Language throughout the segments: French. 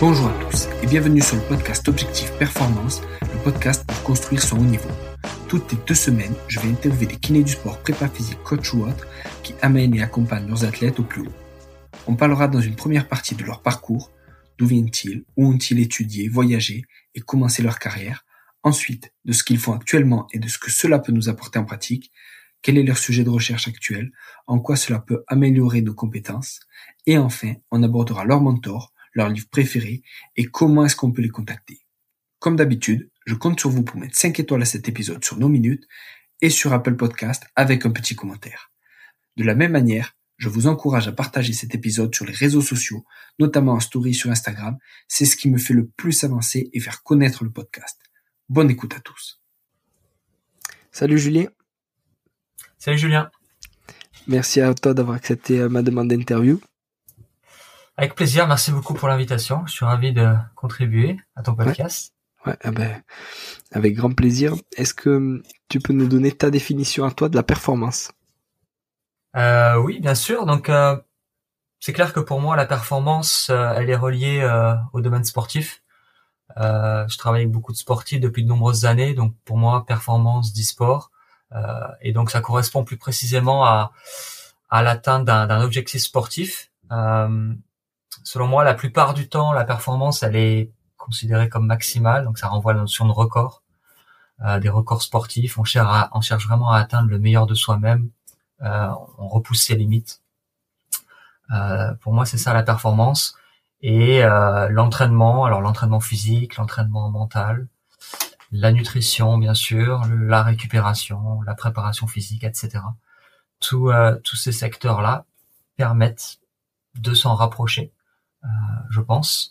Bonjour à tous et bienvenue sur le podcast Objectif Performance, le podcast pour construire son haut niveau. Toutes les 2 semaines, je vais interviewer des kinés du sport, prépa physique, coach ou autres qui amènent et accompagnent leurs athlètes au plus haut. On parlera dans une première partie de leur parcours, d'où viennent-ils, où ont-ils étudié, voyagé et commencé leur carrière. Ensuite, de ce qu'ils font actuellement et de ce que cela peut nous apporter en pratique. Quel est leur sujet de recherche actuel, en quoi cela peut améliorer nos compétences. Et enfin, on abordera leur mentor, leur livre préféré et comment est-ce qu'on peut les contacter. Comme d'habitude, je compte sur vous pour mettre 5 étoiles à cet épisode sur nos minutes et sur Apple Podcast avec un petit commentaire. De la même manière, je vous encourage à partager cet épisode sur les réseaux sociaux, notamment en story sur Instagram. C'est ce qui me fait le plus avancer et faire connaître le podcast. Bonne écoute à tous. Salut Julien. Salut Julien. Merci à toi d'avoir accepté ma demande d'interview. Avec plaisir, merci beaucoup pour l'invitation. Je suis ravi de contribuer à ton podcast. Ouais, avec grand plaisir. Est-ce que tu peux nous donner ta définition à toi de la performance ? Oui, bien sûr. Donc, c'est clair que pour moi, la performance, elle est reliée au domaine sportif. Je travaille avec beaucoup de sportifs depuis de nombreuses années. Donc, pour moi, performance dit sport. Et donc, ça correspond plus précisément à l'atteinte d'un objectif sportif. Selon moi, la plupart du temps, la performance, elle est considérée comme maximale. Donc, ça renvoie à la notion de record, des records sportifs. On cherche vraiment à atteindre le meilleur de soi-même. On repousse ses limites. Pour moi, c'est ça la performance. Et l'entraînement, alors l'entraînement physique, l'entraînement mental, la nutrition, bien sûr, la récupération, la préparation physique, etc. Tous ces secteurs-là permettent de s'en rapprocher, je pense.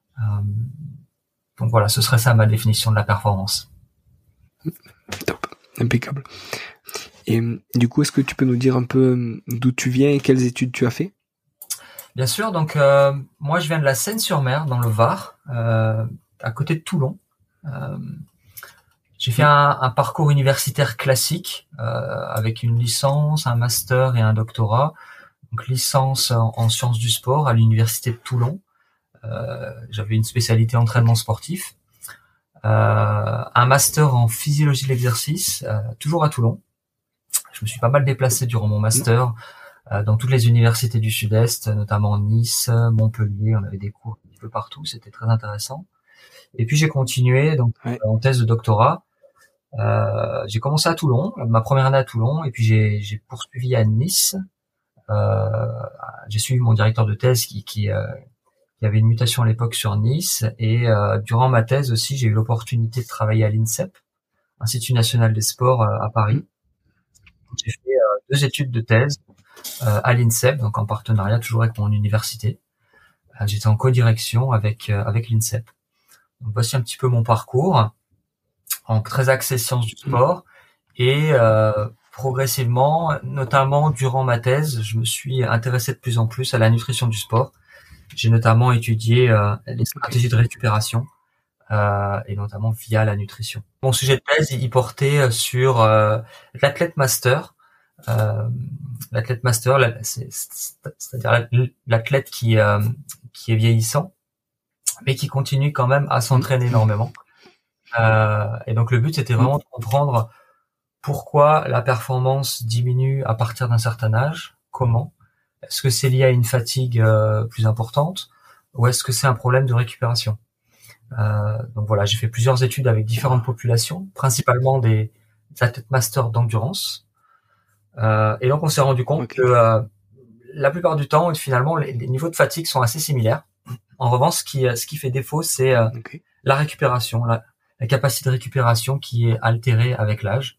Donc voilà, ce serait ça ma définition de la performance. Top, impeccable. Et du coup, est-ce que tu peux nous dire un peu d'où tu viens et quelles études tu as fait ? Bien sûr, donc moi je viens de la Seine-sur-Mer, dans le Var, à côté de Toulon. J'ai fait un parcours universitaire classique, avec une licence, un master et un doctorat. Donc licence en sciences du sport à l'université de Toulon. J'avais une spécialité entraînement sportif. Un master en physiologie de l'exercice, toujours à Toulon. Je me suis pas mal déplacé durant mon master dans toutes les universités du Sud-Est, notamment Nice, Montpellier. On avait des cours un petit peu partout, c'était très intéressant. Et puis j'ai continué donc en thèse de doctorat. J'ai commencé à Toulon, ma première année à Toulon, et puis j'ai poursuivi à Nice. J'ai suivi mon directeur de thèse qui avait une mutation à l'époque sur Nice, et durant ma thèse aussi, j'ai eu l'opportunité de travailler à l'INSEP, Institut National des Sports à Paris. J'ai fait 2 études de thèse à l'INSEP, donc en partenariat toujours avec mon université. J'étais en codirection avec l'INSEP. Donc voici un petit peu mon parcours, en très axé sciences du sport, et progressivement, notamment durant ma thèse, je me suis intéressé de plus en plus à la nutrition du sport. J'ai notamment étudié les stratégies de récupération, et notamment via la nutrition. Mon sujet de thèse, il portait sur l'athlète master. L'athlète master, c'est-à-dire l'athlète qui est vieillissant, mais qui continue quand même à s'entraîner énormément. Et donc le but, c'était vraiment de comprendre pourquoi la performance diminue à partir d'un certain âge, comment. Est-ce que c'est lié à une fatigue plus importante, ou est-ce que c'est un problème de récupération? Donc voilà, j'ai fait plusieurs études avec différentes populations, principalement des athlètes master d'endurance. Et donc on s'est rendu compte que la plupart du temps, finalement, les niveaux de fatigue sont assez similaires. En revanche, ce qui fait défaut, c'est la récupération, la capacité de récupération qui est altérée avec l'âge.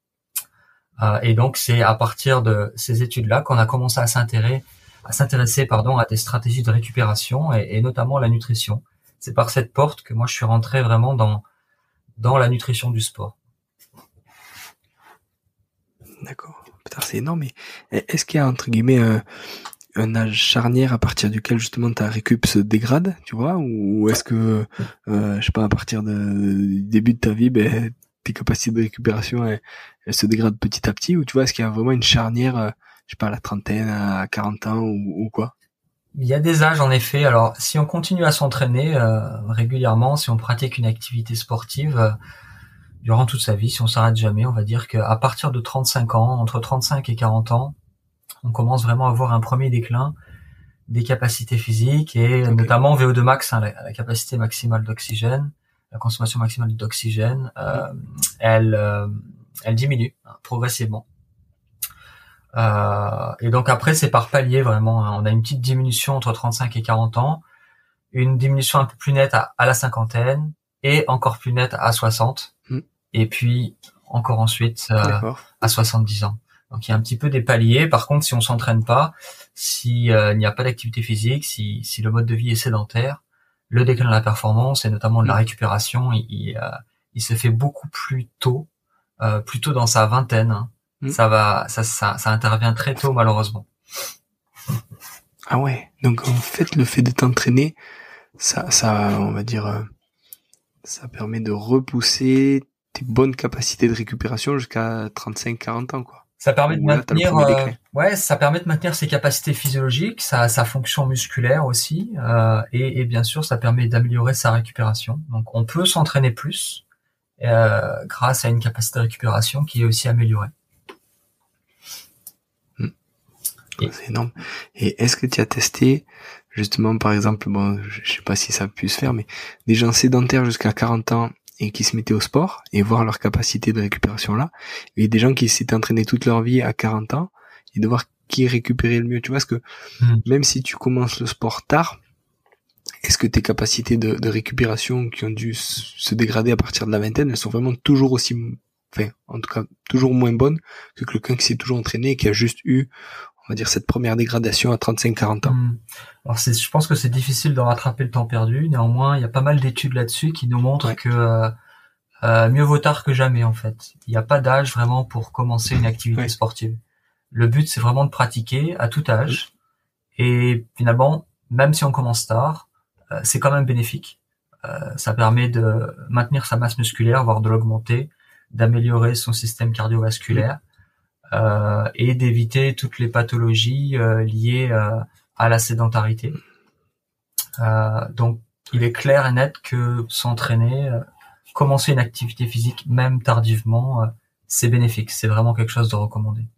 Et donc c'est à partir de ces études-là qu'on a commencé à s'intéresser à des stratégies de récupération et notamment la nutrition. C'est par cette porte que moi je suis rentré vraiment dans la nutrition du sport. D'accord. Putain, c'est énorme. Mais est-ce qu'il y a entre guillemets un âge charnière à partir duquel justement ta récup se dégrade, tu vois, ou est-ce que je sais pas, à partir du début de ta vie, tes capacités de récupération elles se dégradent petit à petit, ou tu vois, est-ce qu'il y a vraiment une charnière, je sais pas, à la trentaine, à 40 ans ou quoi? Il y a des âges en effet. Alors, si on continue à s'entraîner régulièrement, si on pratique une activité sportive durant toute sa vie, si on s'arrête jamais, on va dire qu'à partir de 35 ans, entre 35 et 40 ans, on commence vraiment à avoir un premier déclin des capacités physiques et notamment VO2 max, la capacité maximale d'oxygène, la consommation maximale d'oxygène, elle diminue progressivement. Et donc après, c'est par palier vraiment. On a une petite diminution entre 35 et 40 ans, une diminution un peu plus nette à la cinquantaine et encore plus nette à 60. Et puis encore ensuite à 70 ans. Donc il y a un petit peu des paliers. Par contre, si on s'entraîne pas, si il n'y a pas d'activité physique, si le mode de vie est sédentaire, le déclin de la performance et notamment de la récupération, il se fait beaucoup plus tôt dans sa vingtaine. Hein. Ça intervient très tôt malheureusement. Ah ouais. Donc en fait, le fait de t'entraîner, ça, on va dire, ça permet de repousser tes bonnes capacités de récupération jusqu'à 35-40 ans, quoi. Ça permet de maintenir, ça permet de maintenir ses capacités physiologiques, sa fonction musculaire aussi, et bien sûr, ça permet d'améliorer sa récupération. Donc, on peut s'entraîner plus grâce à une capacité de récupération qui est aussi améliorée. C'est énorme. Et est-ce que tu as testé, justement, par exemple, bon, je sais pas si ça a pu se faire, mais des gens sédentaires jusqu'à 40 ans et qui se mettaient au sport et voir leur capacité de récupération là, et des gens qui s'étaient entraînés toute leur vie à 40 ans et de voir qui récupérait le mieux. Tu vois, parce que même si tu commences le sport tard, est-ce que tes capacités de récupération qui ont dû se dégrader à partir de la vingtaine, elles sont vraiment toujours aussi, enfin, en tout cas, toujours moins bonnes que quelqu'un qui s'est toujours entraîné et qui a juste eu, on va dire, cette première dégradation à 35-40 ans. Alors je pense que c'est difficile de rattraper le temps perdu. Néanmoins, il y a pas mal d'études là-dessus qui nous montrent que mieux vaut tard que jamais, en fait. Il n'y a pas d'âge vraiment pour commencer une activité sportive. Le but, c'est vraiment de pratiquer à tout âge. Et finalement, même si on commence tard, c'est quand même bénéfique. Ça permet de maintenir sa masse musculaire, voire de l'augmenter, d'améliorer son système cardiovasculaire. Et d'éviter toutes les pathologies liées à la sédentarité. Donc, il est clair et net que s'entraîner, commencer une activité physique, même tardivement, c'est bénéfique. C'est vraiment quelque chose de recommandé.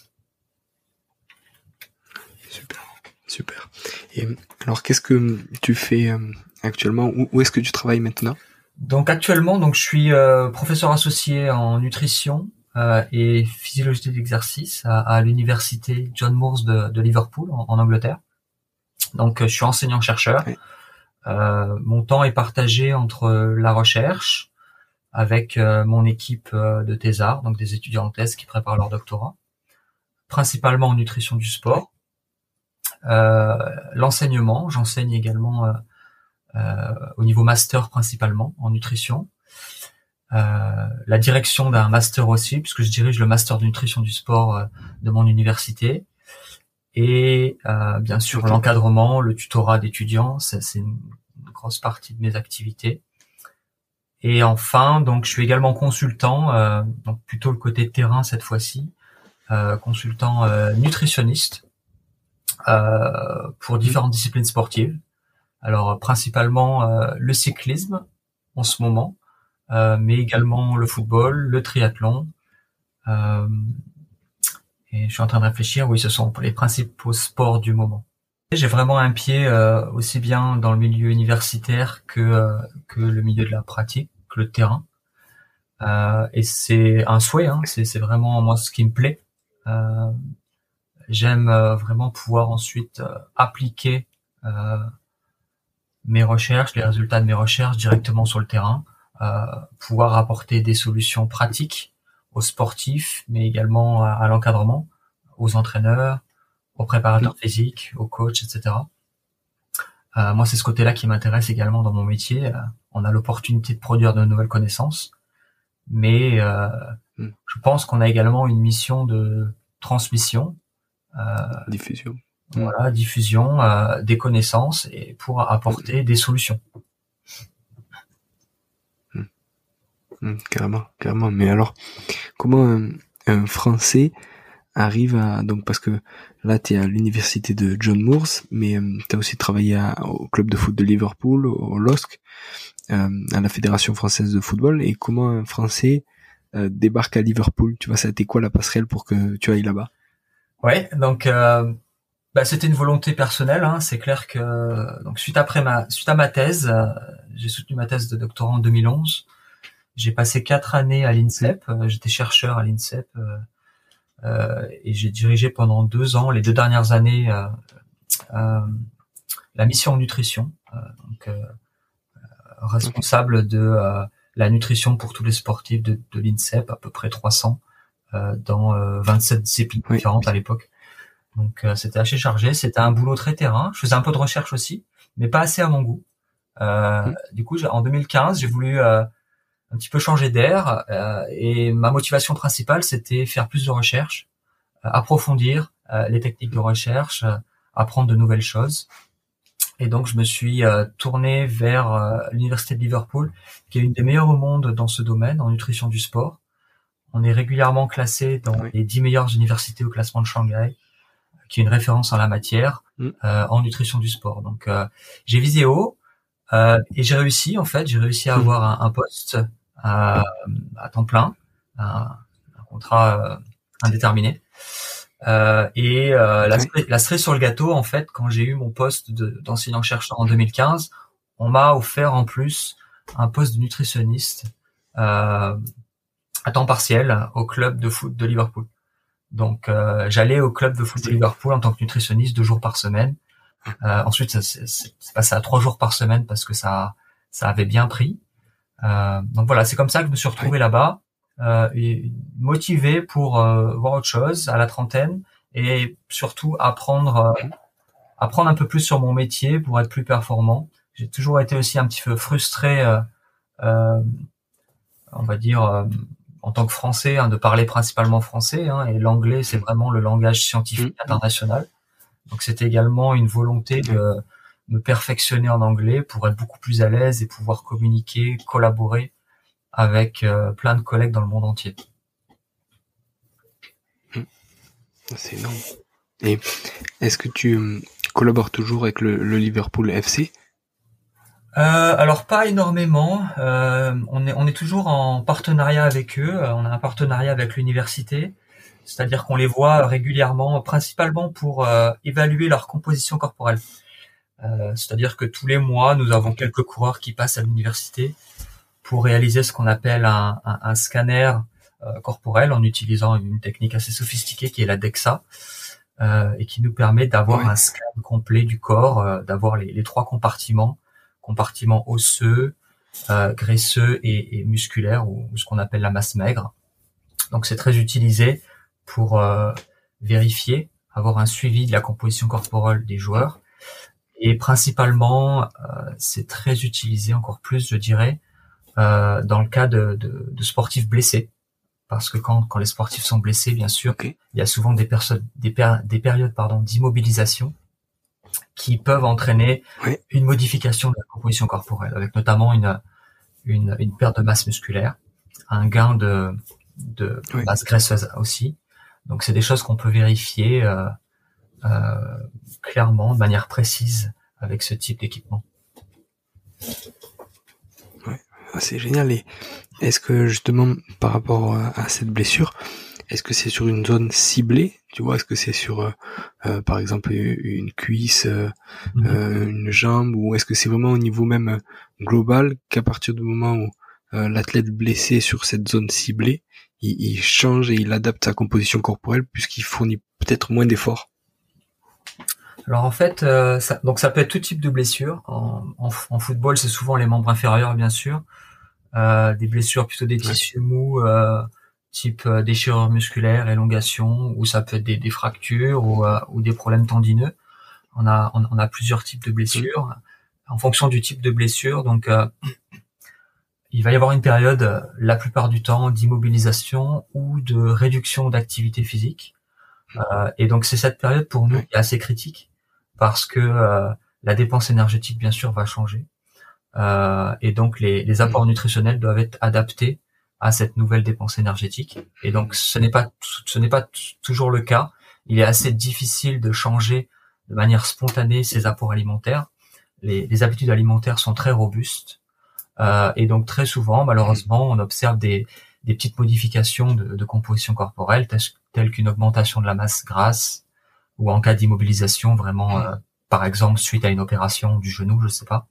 Super. Et alors, qu'est-ce que tu fais actuellement? Où est-ce que tu travailles maintenant? Donc, actuellement, je suis professeur associé en nutrition et physiologie de l'exercice à l'université John Moores de Liverpool en Angleterre. Donc je suis enseignant-chercheur. Mon temps est partagé entre la recherche avec mon équipe de thésards, donc des étudiants en thèse qui préparent leur doctorat, principalement en nutrition du sport. L'enseignement, j'enseigne également au niveau master principalement en nutrition. La direction d'un master aussi, puisque je dirige le master de nutrition du sport de mon université, et bien sûr l'encadrement, le tutorat d'étudiants, c'est une grosse partie de mes activités. Et enfin, donc je suis également consultant, donc plutôt le côté terrain cette fois-ci, consultant nutritionniste pour différentes disciplines sportives. Alors principalement le cyclisme en ce moment. Mais également le football, le triathlon. Et je suis en train de réfléchir, oui, ce sont les principaux sports du moment. J'ai vraiment un pied aussi bien dans le milieu universitaire que le milieu de la pratique, que le terrain. Et c'est un souhait, hein, c'est vraiment moi ce qui me plaît. J'aime vraiment pouvoir ensuite appliquer mes recherches, les résultats de mes recherches directement sur le terrain. Pouvoir apporter des solutions pratiques aux sportifs, mais également à l'encadrement, aux entraîneurs, aux préparateurs physiques, aux coachs, etc. Moi, c'est ce côté-là qui m'intéresse également dans mon métier. On a l'opportunité de produire de nouvelles connaissances, mais je pense qu'on a également une mission de transmission, diffusion. Voilà, diffusion des connaissances et pour apporter des solutions. Carrément. Mais alors, comment un Français arrives à, donc parce que là t'es à l'université de John Moores, mais t'as aussi travaillé au club de foot de Liverpool, au LOSC, à la Fédération française de football, et comment un Français débarque à Liverpool, tu vois, ça a été quoi la passerelle pour que tu ailles là-bas? Ouais, donc c'était une volonté personnelle, hein. C'est clair que donc suite à ma thèse, j'ai soutenu ma thèse de doctorat en 2011. J'ai passé 4 années à l'INSEP, j'étais chercheur à l'INSEP et j'ai dirigé pendant 2 ans, les 2 dernières années, la mission nutrition, responsable de la nutrition pour tous les sportifs de l'INSEP, à peu près 300 dans 27 disciplines différentes à l'époque. Donc c'était assez chargé, c'était un boulot très terrain. Je faisais un peu de recherche aussi, mais pas assez à mon goût. Du coup, en 2015, j'ai voulu un petit peu changer d'air et ma motivation principale, c'était faire plus de recherche, approfondir les techniques de recherche, apprendre de nouvelles choses. Et donc, je me suis tourné vers l'université de Liverpool, qui est une des meilleures au monde dans ce domaine, en nutrition du sport. On est régulièrement classé dans les 10 meilleures universités au classement de Shanghai, qui est une référence en la matière, en nutrition du sport. Donc, j'ai visé haut et j'ai réussi à avoir un poste à temps plein, un contrat indéterminé. La cerise sur le gâteau, en fait, quand j'ai eu mon poste d'enseignant-chercheur en 2015, on m'a offert en plus un poste de nutritionniste à temps partiel au club de foot de Liverpool. Donc j'allais au club de foot de Liverpool en tant que nutritionniste 2 jours par semaine. Ensuite, c'est passé à 3 jours par semaine parce que ça avait bien pris. Donc voilà, c'est comme ça que je me suis retrouvé là-bas, et motivé pour voir autre chose à la trentaine et surtout apprendre un peu plus sur mon métier pour être plus performant. J'ai toujours été aussi un petit peu frustré, on va dire, en tant que Français, de parler principalement français, et l'anglais, c'est vraiment le langage scientifique international. Donc c'était également une volonté de me perfectionner en anglais pour être beaucoup plus à l'aise et pouvoir communiquer, collaborer avec plein de collègues dans le monde entier. C'est énorme. Et est-ce que tu collabores toujours avec le Liverpool FC? Alors pas énormément. On est toujours en partenariat avec eux. On a un partenariat avec l'université, c'est-à-dire qu'on les voit régulièrement, principalement pour évaluer leur composition corporelle. C'est-à-dire que tous les mois, nous avons quelques coureurs qui passent à l'université pour réaliser ce qu'on appelle un scanner corporel en utilisant une technique assez sophistiquée qui est la DEXA, et qui nous permet d'avoir un scan complet du corps, d'avoir les 3 compartiments osseux, graisseux et musculaire, ou ce qu'on appelle la masse maigre. Donc c'est très utilisé pour vérifier, avoir un suivi de la composition corporelle des joueurs. Et principalement, c'est très utilisé, encore plus, je dirais, dans le cas de sportifs blessés. Parce que quand les sportifs sont blessés, bien sûr, il y a souvent des périodes d'immobilisation qui peuvent entraîner une modification de la composition corporelle, avec notamment une perte de masse musculaire, un gain de masse graisseuse aussi. Donc c'est des choses qu'on peut vérifier clairement, de manière précise, avec ce type d'équipement. Ouais, c'est génial. Et est-ce que justement, par rapport à cette blessure, est-ce que c'est sur une zone ciblée, tu vois? Est-ce que c'est sur, par exemple, une cuisse, une jambe, ou est-ce que c'est vraiment au niveau même global, qu'à partir du moment où l'athlète blessé sur cette zone ciblée, il change et il adapte sa composition corporelle puisqu'il fournit peut-être moins d'efforts? Alors en fait, ça peut être tout type de blessure. En football, c'est souvent les membres inférieurs, bien sûr. Des blessures plutôt des tissus mous, type déchirure musculaire, élongation, ou ça peut être des fractures ou des problèmes tendineux. On a plusieurs types de blessures en fonction du type de blessure. Donc il va y avoir une période, la plupart du temps, d'immobilisation ou de réduction d'activité physique. Et donc c'est cette période pour nous qui est assez critique, parce que la dépense énergétique, bien sûr, va changer. Et donc les apports nutritionnels doivent être adaptés à cette nouvelle dépense énergétique. Et donc, ce n'est pas toujours le cas. Il est assez difficile de changer de manière spontanée ses apports alimentaires. Les habitudes alimentaires sont très robustes. Et donc, très souvent, malheureusement, on observe des petites modifications de composition corporelle, telles qu'une augmentation de la masse grasse, ou en cas d'immobilisation, vraiment, par exemple, suite à une opération du genou, je sais pas.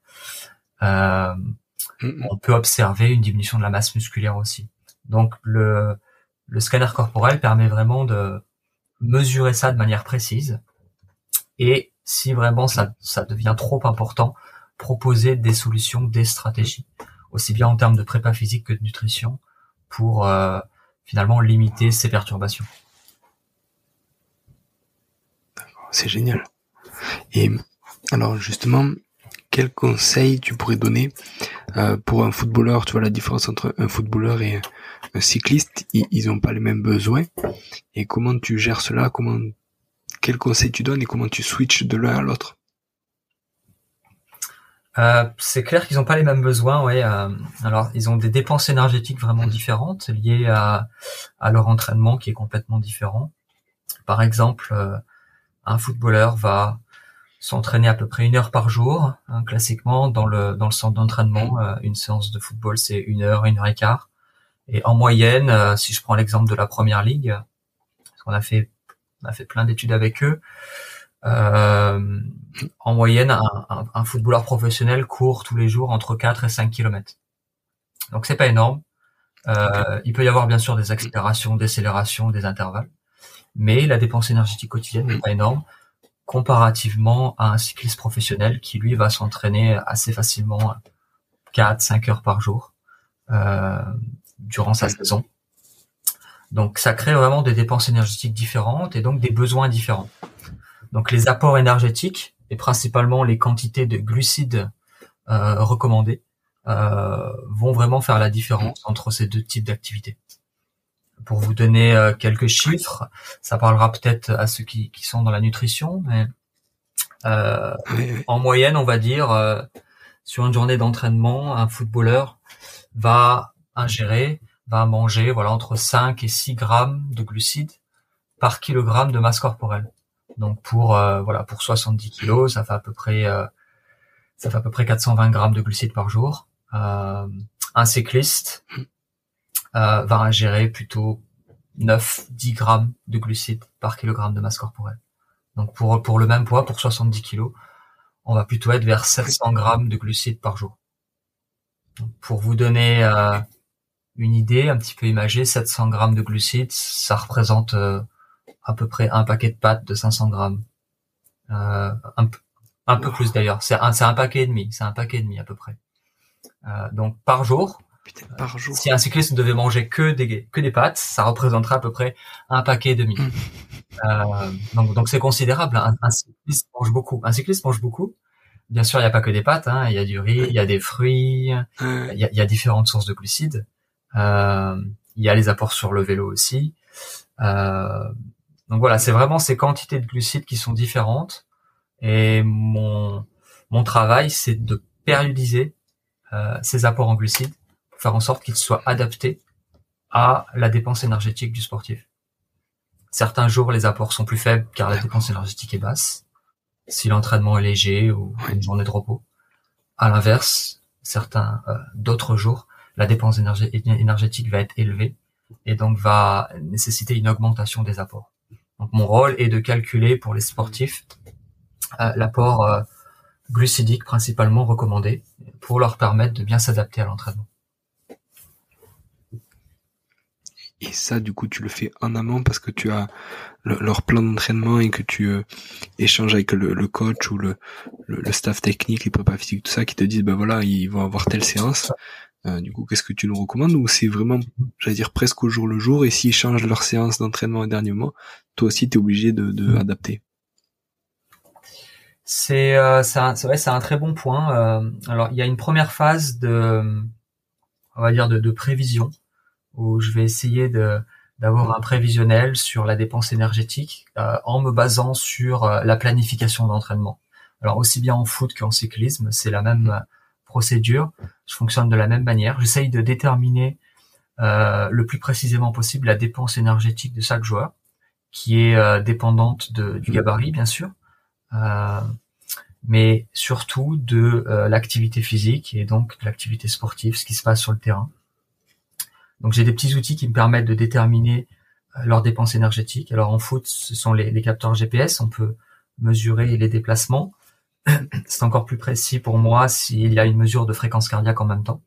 On peut observer une diminution de la masse musculaire aussi. Donc, le scanner corporel permet vraiment de mesurer ça de manière précise. Et si vraiment ça devient trop important, proposer des solutions, des stratégies, aussi bien en termes de prépa physique que de nutrition, pour finalement limiter ces perturbations. C'est génial. Et alors justement, quel conseil tu pourrais donner pour un footballeur? Tu vois la différence entre un footballeur et un cycliste, ils ont pas les mêmes besoins. Et comment tu gères cela? Quel conseil tu donnes et comment tu switches de l'un à l'autre? C'est clair qu'ils n'ont pas les mêmes besoins, ouais. Alors, ils ont des dépenses énergétiques vraiment différentes liées à leur entraînement qui est complètement différent. Par exemple, un footballeur va s'entraîner à peu près 1 heure par jour, hein, classiquement dans le centre d'entraînement. Une séance de football, c'est 1 heure, 1 heure et quart. Et en moyenne, si je prends l'exemple de la Première Ligue, parce qu'on a fait plein d'études avec eux, en moyenne, un footballeur professionnel court tous les jours entre 4 et 5 kilomètres. Donc c'est pas énorme. Il peut y avoir bien sûr des accélérations, décélérations, des intervalles, mais la dépense énergétique quotidienne n'est pas énorme comparativement à un cycliste professionnel qui lui va s'entraîner assez facilement 4-5 heures par jour durant sa saison. Donc ça crée vraiment des dépenses énergétiques différentes et donc des besoins différents. Donc les apports énergétiques et principalement les quantités de glucides recommandées vont vraiment faire la différence entre ces deux types d'activités. Pour vous donner quelques chiffres, ça parlera peut-être à ceux qui sont dans la nutrition, mais en moyenne, on va dire, sur une journée d'entraînement, un footballeur va manger entre 5 et 6 grammes de glucides par kilogramme de masse corporelle. Donc pour 70 kilos, ça fait à peu près 420 grammes de glucides par jour. Un cycliste va ingérer plutôt 9-10 grammes de glucides par kilogramme de masse corporelle. Donc pour le même poids, pour 70 kilos, on va plutôt être vers 700 grammes de glucides par jour. Donc pour vous donner une idée un petit peu imagée, 700 grammes de glucides, ça représente à peu près un paquet de pâtes de 500 grammes. Un peu plus d'ailleurs. C'est un paquet et demi. C'est un paquet et demi à peu près. Donc par jour. Putain, par jour. Si un cycliste ne devait manger que des pâtes, ça représenterait à peu près un paquet et demi. Donc c'est considérable. Un cycliste mange beaucoup. Bien sûr, il n'y a pas que des pâtes. Hein. Il y a du riz, il y a des fruits, il y a différentes sources de glucides. Il y a les apports sur le vélo aussi. Donc voilà, c'est vraiment ces quantités de glucides qui sont différentes. Et mon travail, c'est de périodiser ces apports en glucides pour faire en sorte qu'ils soient adaptés à la dépense énergétique du sportif. Certains jours, les apports sont plus faibles car la dépense énergétique est basse, si l'entraînement est léger ou une journée de repos. À l'inverse, d'autres jours, la dépense énergétique va être élevée et donc va nécessiter une augmentation des apports. Donc mon rôle est de calculer pour les sportifs l'apport glucidique principalement recommandé pour leur permettre de bien s'adapter à l'entraînement. Et ça, du coup, tu le fais en amont parce que tu as leur plan d'entraînement et que tu échanges avec le coach ou le staff technique, les prépas physiques, tout ça, qui te disent, ben voilà, ils vont avoir telle séance. Du coup, qu'est-ce que tu nous recommandes? Ou c'est vraiment, j'allais dire, presque au jour le jour, et s'ils changent leur séance d'entraînement au dernier moment, toi aussi, t'es obligé de adapter. C'est un très bon point. Alors, il y a une première phase de prévision, où je vais essayer d'avoir un prévisionnel sur la dépense énergétique en me basant sur la planification d'entraînement. Alors aussi bien en foot qu'en cyclisme, c'est la même procédure. Je fonctionne de la même manière. J'essaye de déterminer le plus précisément possible la dépense énergétique de chaque joueur, qui est dépendante du gabarit, bien sûr, mais surtout de l'activité physique et donc de l'activité sportive, ce qui se passe sur le terrain. Donc j'ai des petits outils qui me permettent de déterminer leur dépense énergétique. Alors en foot, ce sont les capteurs GPS, on peut mesurer les déplacements. C'est encore plus précis pour moi s'il y a une mesure de fréquence cardiaque en même temps.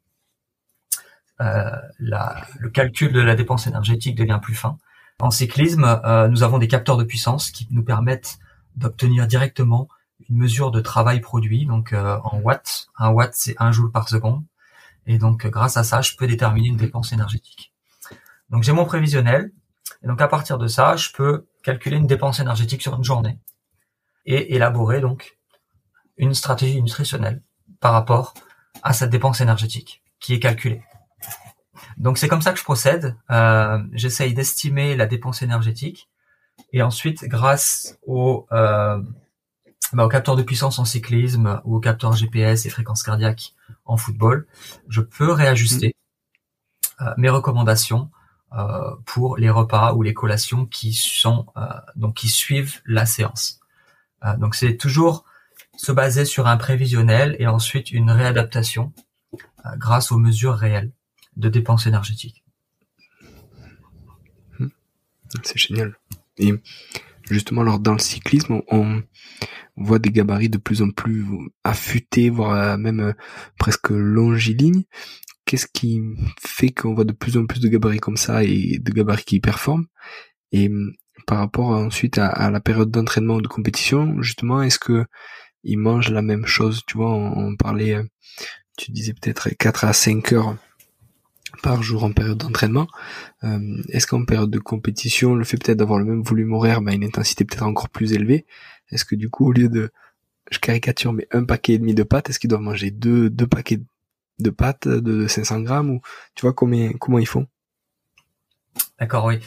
Le calcul de la dépense énergétique devient plus fin. En cyclisme, nous avons des capteurs de puissance qui nous permettent d'obtenir directement une mesure de travail produit, donc en watts. Un watt, c'est 1 joule par seconde. Et donc, grâce à ça, je peux déterminer une dépense énergétique. Donc, j'ai mon prévisionnel. Et donc, à partir de ça, je peux calculer une dépense énergétique sur une journée et élaborer donc une stratégie nutritionnelle par rapport à cette dépense énergétique qui est calculée. Donc, c'est comme ça que je procède. J'essaye d'estimer la dépense énergétique et ensuite, grâce au capteur de puissance en cyclisme ou au capteur GPS et fréquence cardiaque en football, je peux réajuster mes recommandations pour les repas ou les collations qui suivent la séance. Donc c'est toujours se baser sur un prévisionnel et ensuite une réadaptation grâce aux mesures réelles de dépenses énergétiques. C'est génial. Et justement, alors dans le cyclisme, on voit des gabarits de plus en plus affûtés, voire même presque longilignes. Qu'est-ce qui fait qu'on voit de plus en plus de gabarits comme ça et de gabarits qui performent? Et par rapport ensuite à la période d'entraînement ou de compétition, justement, est-ce que ils mangent la même chose? Tu vois, on parlait, tu disais peut-être 4 à 5 heures par jour en période d'entraînement. Est-ce qu'en période de compétition, le fait peut-être d'avoir le même volume horaire, mais à une intensité peut-être encore plus élevée, est-ce que du coup, au lieu de, je caricature, mais 1,5 paquet de pâtes, est-ce qu'ils doivent manger deux paquets de pâtes de 500 grammes, ou tu vois comment ils font? D'accord, oui.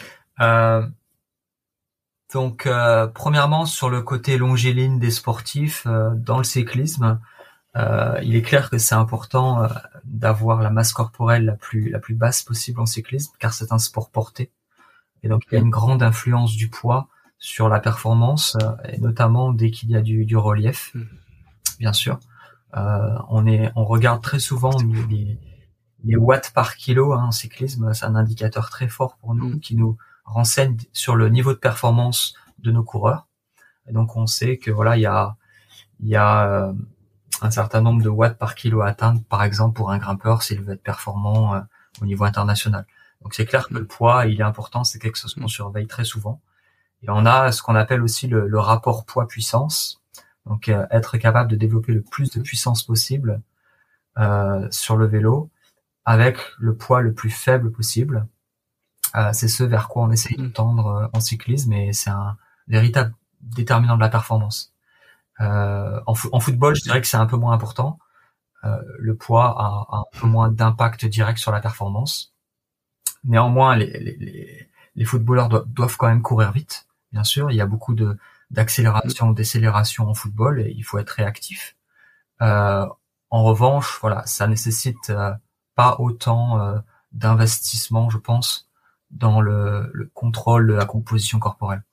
Donc, premièrement, sur le côté longiligne des sportifs, dans le cyclisme, il est clair que c'est important d'avoir la masse corporelle la plus basse possible en cyclisme, car c'est un sport porté. Et donc, il y a une grande influence du poids sur la performance, et notamment dès qu'il y a du relief, bien sûr. On regarde très souvent les watts par kilo en cyclisme. C'est un indicateur très fort pour nous qui nous renseigne sur le niveau de performance de nos coureurs. Et donc, on sait que voilà, il y a un certain nombre de watts par kilo à atteindre, par exemple, pour un grimpeur, s'il veut être performant au niveau international. Donc, c'est clair que le poids, il est important, c'est quelque chose qu'on surveille très souvent. Et on a ce qu'on appelle aussi le rapport poids-puissance. Donc, être capable de développer le plus de puissance possible sur le vélo avec le poids le plus faible possible. C'est ce vers quoi on essaye de tendre en cyclisme, et c'est un véritable déterminant de la performance. En football, je dirais que c'est un peu moins important. Le poids a un peu moins d'impact direct sur la performance. Néanmoins, les footballeurs doivent quand même courir vite, bien sûr. Il y a beaucoup d'accélération, décélération en football, et il faut être réactif. En revanche, voilà, ça nécessite pas autant d'investissement, je pense, dans le contrôle de la composition corporelle.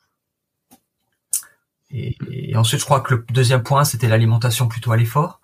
Et ensuite, je crois que le deuxième point, c'était l'alimentation plutôt à l'effort.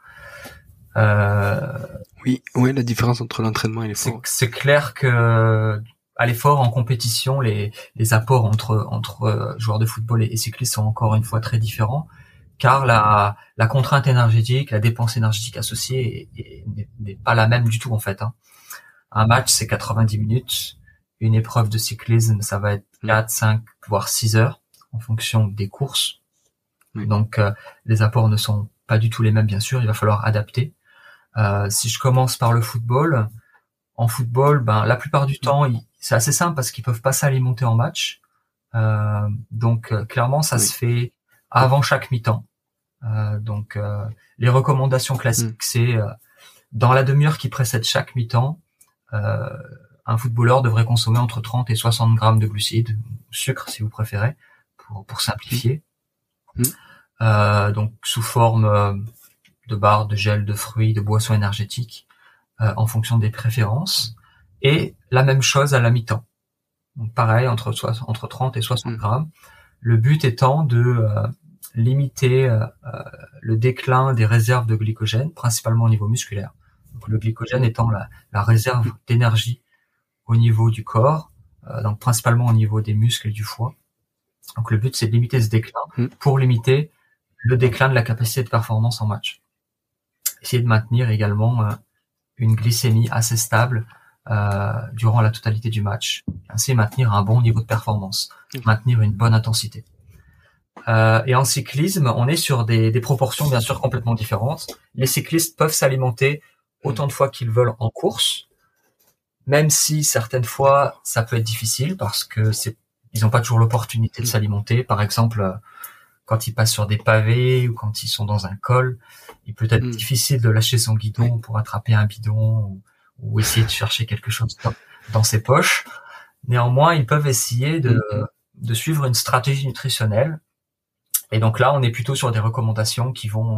Oui, la différence entre l'entraînement et l'effort. C'est clair que à l'effort, en compétition, les apports entre joueurs de football et cyclistes sont encore une fois très différents, car la contrainte énergétique, la dépense énergétique associée n'est pas la même du tout en fait. Un match, c'est 90 minutes. Une épreuve de cyclisme, ça va être 4, 5, voire 6 heures en fonction des courses. Donc, les apports ne sont pas du tout les mêmes, bien sûr. Il va falloir adapter. Si je commence par le football, en football, la plupart du temps, c'est assez simple parce qu'ils peuvent pas s'alimenter en match. Donc, clairement, ça se fait avant chaque mi-temps. Donc, les recommandations classiques, c'est dans la demi-heure qui précède chaque mi-temps, un footballeur devrait consommer entre 30 et 60 grammes de glucides, sucre si vous préférez, pour simplifier. Donc sous forme de barres, de gel, de fruits, de boissons énergétiques, en fonction des préférences. Et la même chose à la mi-temps. Donc pareil, entre 30 et 60 grammes. Le but étant de limiter le déclin des réserves de glycogène, principalement au niveau musculaire. Donc le glycogène étant la réserve d'énergie au niveau du corps, donc principalement au niveau des muscles et du foie. Donc le but, c'est de limiter ce déclin pour limiter le déclin de la capacité de performance en match. Essayer de maintenir également une glycémie assez stable durant la totalité du match. Ainsi maintenir un bon niveau de performance, maintenir une bonne intensité. Et en cyclisme, on est sur des proportions bien sûr complètement différentes. Les cyclistes peuvent s'alimenter autant de fois qu'ils veulent en course, même si certaines fois ça peut être difficile parce que ils n'ont pas toujours l'opportunité de s'alimenter. Par exemple, quand ils passent sur des pavés ou quand ils sont dans un col, il peut être difficile de lâcher son guidon pour attraper un bidon ou essayer de chercher quelque chose dans ses poches. Néanmoins, ils peuvent essayer de suivre une stratégie nutritionnelle. Et donc là, on est plutôt sur des recommandations qui vont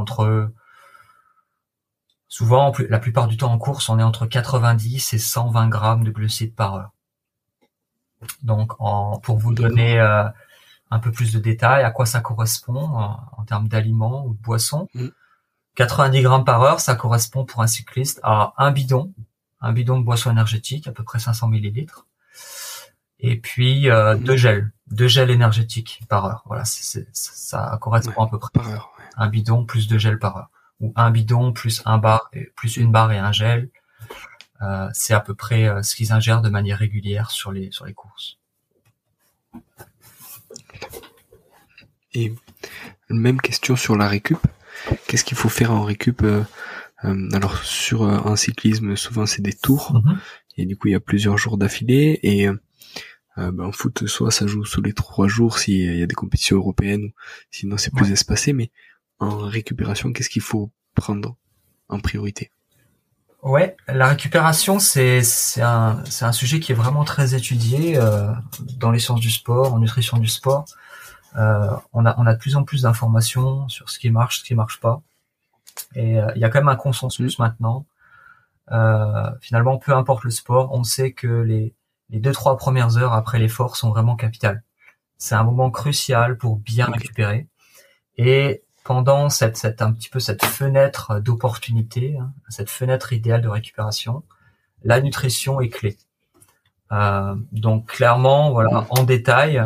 souvent, la plupart du temps en course, on est entre 90 et 120 grammes de glucides par heure. Donc, pour vous donner un peu plus de détails, à quoi ça correspond en termes d'aliments ou de boissons. 90 grammes par heure, ça correspond pour un cycliste à un bidon de boisson énergétique, à peu près 500 millilitres. Et puis deux gels énergétiques par heure. Voilà, ça correspond à peu près par heure, un bidon plus 2 gels par heure, ou un bidon plus plus une barre et un gel. C'est à peu près ce qu'ils ingèrent de manière régulière sur les courses. Et même question sur la récup. Qu'est-ce qu'il faut faire en récup? Alors sur un cyclisme, souvent c'est des tours, et du coup il y a plusieurs jours d'affilée, et en foot, soit ça joue sous les 3 jours s'il y a des compétitions européennes, ou sinon c'est plus espacé, mais en récupération, qu'est-ce qu'il faut prendre en priorité? Ouais, la récupération, c'est un sujet qui est vraiment très étudié dans les sciences du sport, en nutrition du sport. On a de plus en plus d'informations sur ce qui marche, ce qui marche pas. Et il y a quand même un consensus maintenant. Finalement, peu importe le sport, on sait que les 2-3 premières heures après l'effort sont vraiment capitales. C'est un moment crucial pour bien récupérer. Et pendant cette fenêtre d'opportunité, cette fenêtre idéale de récupération, la nutrition est clé. Donc clairement, voilà, en détail,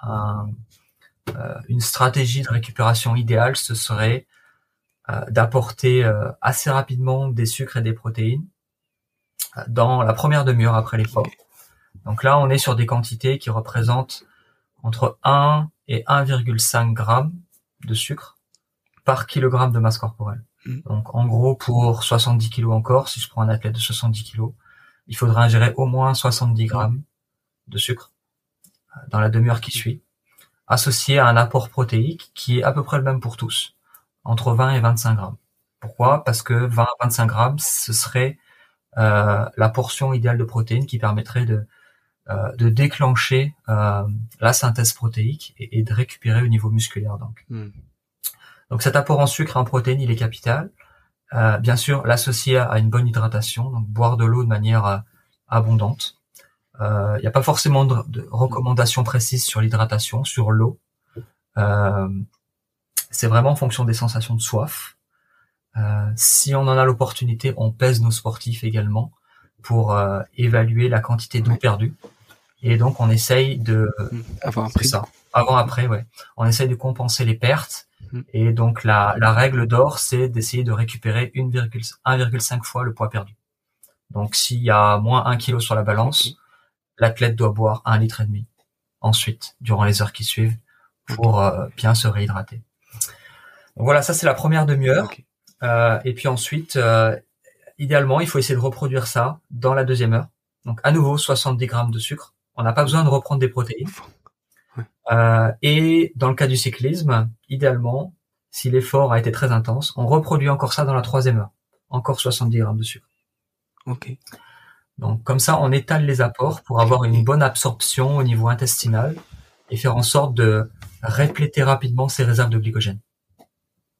une stratégie de récupération idéale, ce serait d'apporter assez rapidement des sucres et des protéines dans la première demi-heure après l'effort. Donc là, on est sur des quantités qui représentent entre 1 et 1,5 grammes de sucre par kilogramme de masse corporelle. Donc en gros, pour 70 kilos encore, si je prends un athlète de 70 kilos, il faudra ingérer au moins 70 grammes de sucre dans la demi-heure qui suit, associé à un apport protéique qui est à peu près le même pour tous, entre 20 et 25 grammes. Pourquoi? Parce que 20 à 25 grammes, ce serait la portion idéale de protéines qui permettrait de déclencher la synthèse protéique et de récupérer au niveau musculaire. Donc cet apport en sucre et en protéines, il est capital. Bien sûr, l'associer à une bonne hydratation, donc boire de l'eau de manière abondante. Il n'y a pas forcément de recommandations précises sur l'hydratation, sur l'eau. C'est vraiment en fonction des sensations de soif. Si on en a l'opportunité, on pèse nos sportifs également pour évaluer la quantité d'eau perdue. Et donc on essaye de avant-après, ouais. On essaye de compenser les pertes. Et donc la règle d'or, c'est d'essayer de récupérer 1,5 fois le poids perdu. Donc s'il y a moins 1 kilo sur la balance, l'athlète doit boire 1,5 litre ensuite, durant les heures qui suivent, pour bien se réhydrater. Donc voilà, ça c'est la première demi-heure. Et puis ensuite, idéalement, il faut essayer de reproduire ça dans la deuxième heure. Donc à nouveau, 70 grammes de sucre. On n'a pas besoin de reprendre des protéines. Et dans le cas du cyclisme, idéalement, si l'effort a été très intense, on reproduit encore ça dans la troisième heure. Encore 70 grammes de sucre. Donc comme ça, on étale les apports pour avoir une bonne absorption au niveau intestinal et faire en sorte de répléter rapidement ces réserves de glycogène.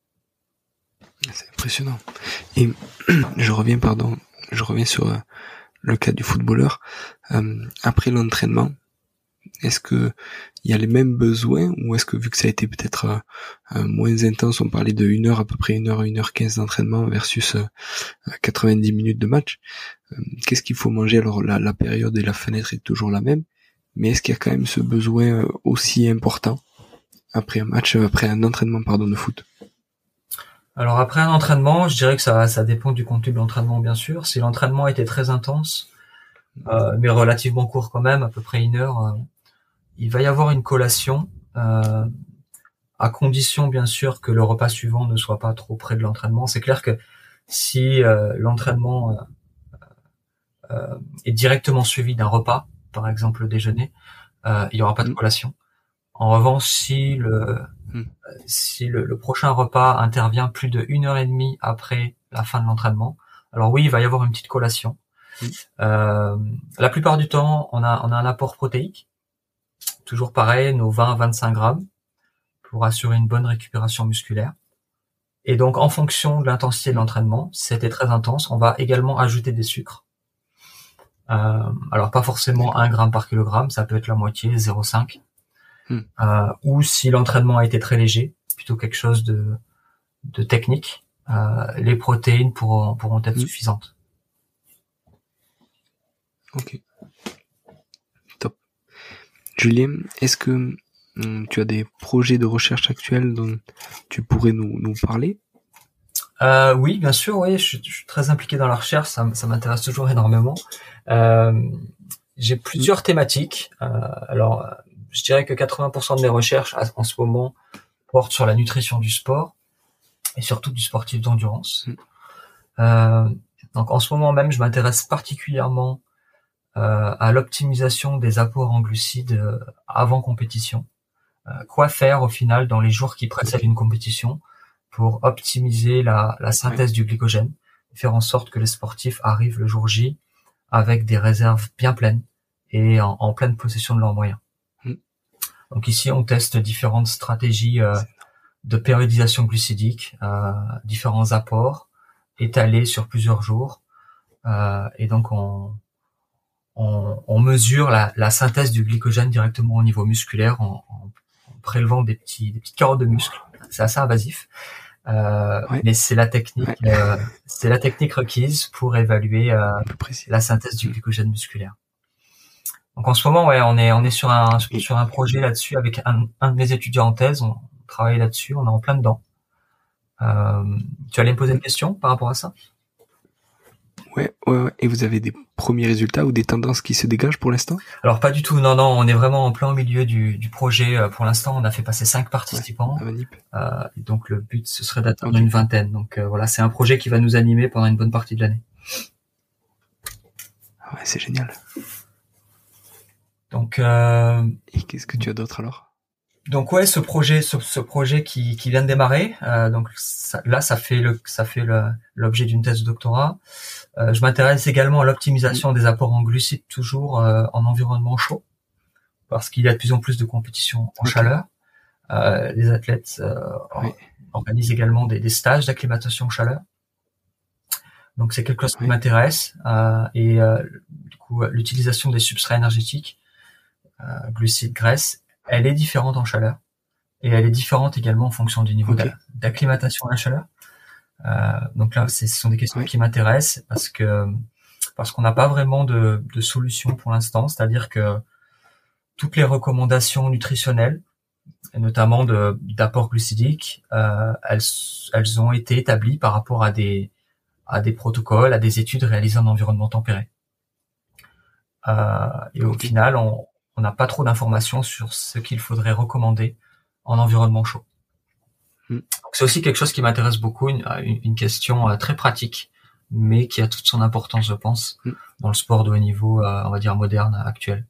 C'est impressionnant. Et je reviens sur le cas du footballeur, après l'entraînement, est-ce que il y a les mêmes besoins, ou est-ce que, vu que ça a été peut-être moins intense, on parlait de 1 heure, à peu près 1h15 d'entraînement versus 90 minutes de match, qu'est-ce qu'il faut manger? Alors la période et la fenêtre est toujours la même, mais est-ce qu'il y a quand même ce besoin aussi important après un match, après un entraînement de foot? Alors après un entraînement, je dirais que ça dépend du contenu de l'entraînement, bien sûr. Si l'entraînement était très intense, mais relativement court quand même, à peu près 1 heure, il va y avoir une collation, à condition bien sûr que le repas suivant ne soit pas trop près de l'entraînement. C'est clair que si l'entraînement est directement suivi d'un repas, par exemple le déjeuner, il y aura pas de collation. En revanche, si le prochain repas intervient plus de 1h30 après la fin de l'entraînement, alors oui, il va y avoir une petite collation. La plupart du temps, on a un apport protéique. Toujours pareil, nos 20 à 25 grammes pour assurer une bonne récupération musculaire. Et donc, en fonction de l'intensité de l'entraînement, si c'était très intense, on va également ajouter des sucres. Alors, pas forcément 1 gramme par kilogramme, ça peut être la moitié, 0,5. Ou si l'entraînement a été très léger, plutôt quelque chose de technique, les protéines pourront être suffisantes. Ok. Top. Julien, est-ce que tu as des projets de recherche actuels dont tu pourrais nous parler? Oui, bien sûr, oui, je suis très impliqué dans la recherche, ça m'intéresse toujours énormément. J'ai plusieurs thématiques. Alors, je dirais que 80% de mes recherches en ce moment portent sur la nutrition du sport et surtout du sportif d'endurance. Donc en ce moment même, je m'intéresse particulièrement à l'optimisation des apports en glucides avant compétition. Quoi faire au final dans les jours qui précèdent une compétition pour optimiser la synthèse du glycogène, faire en sorte que les sportifs arrivent le jour J avec des réserves bien pleines et en pleine possession de leurs moyens. Donc ici, on teste différentes stratégies de périodisation glucidique, différents apports étalés sur plusieurs jours, et donc on mesure la synthèse du glycogène directement au niveau musculaire en prélevant des petites carottes de muscles. C'est assez invasif, mais c'est la technique requise pour évaluer la synthèse du glycogène musculaire. Donc en ce moment, ouais, on est sur un projet là-dessus avec un de mes étudiants en thèse. On travaille là-dessus, on est en plein dedans. Tu allais me poser une question par rapport à ça? Ouais. Et vous avez des premiers résultats ou des tendances qui se dégagent pour l'instant? Alors pas du tout, non, on est vraiment en plein milieu du projet. Pour l'instant, on a fait passer 5 participants. Et donc le but, ce serait d'atteindre une vingtaine. Donc voilà, c'est un projet qui va nous animer pendant une bonne partie de l'année. Ouais, c'est génial. Donc et qu'est-ce que tu as d'autre alors? Donc ouais, ce projet qui vient de démarrer, donc ça fait l'objet d'une thèse de doctorat. Je m'intéresse également à l'optimisation des apports en glucides, toujours en environnement chaud, parce qu'il y a de plus en plus de compétitions en chaleur. Les athlètes organisent également des stages d'acclimatation en chaleur. Donc c'est quelque chose qui m'intéresse, et du coup l'utilisation des substrats énergétiques, glucides, graisses, elle est différente en chaleur, et elle est différente également en fonction du niveau d'acclimatation à la chaleur. Donc là, ce sont des questions qui m'intéressent parce qu'on n'a pas vraiment de solution pour l'instant. C'est-à-dire que toutes les recommandations nutritionnelles, et notamment d'apport glucidique, elles ont été établies par rapport à des protocoles, à des études réalisées en environnement tempéré. Et au final, on n'a pas trop d'informations sur ce qu'il faudrait recommander en environnement chaud. Donc c'est aussi quelque chose qui m'intéresse beaucoup, une question très pratique, mais qui a toute son importance, je pense, dans le sport de haut niveau, on va dire moderne, actuel.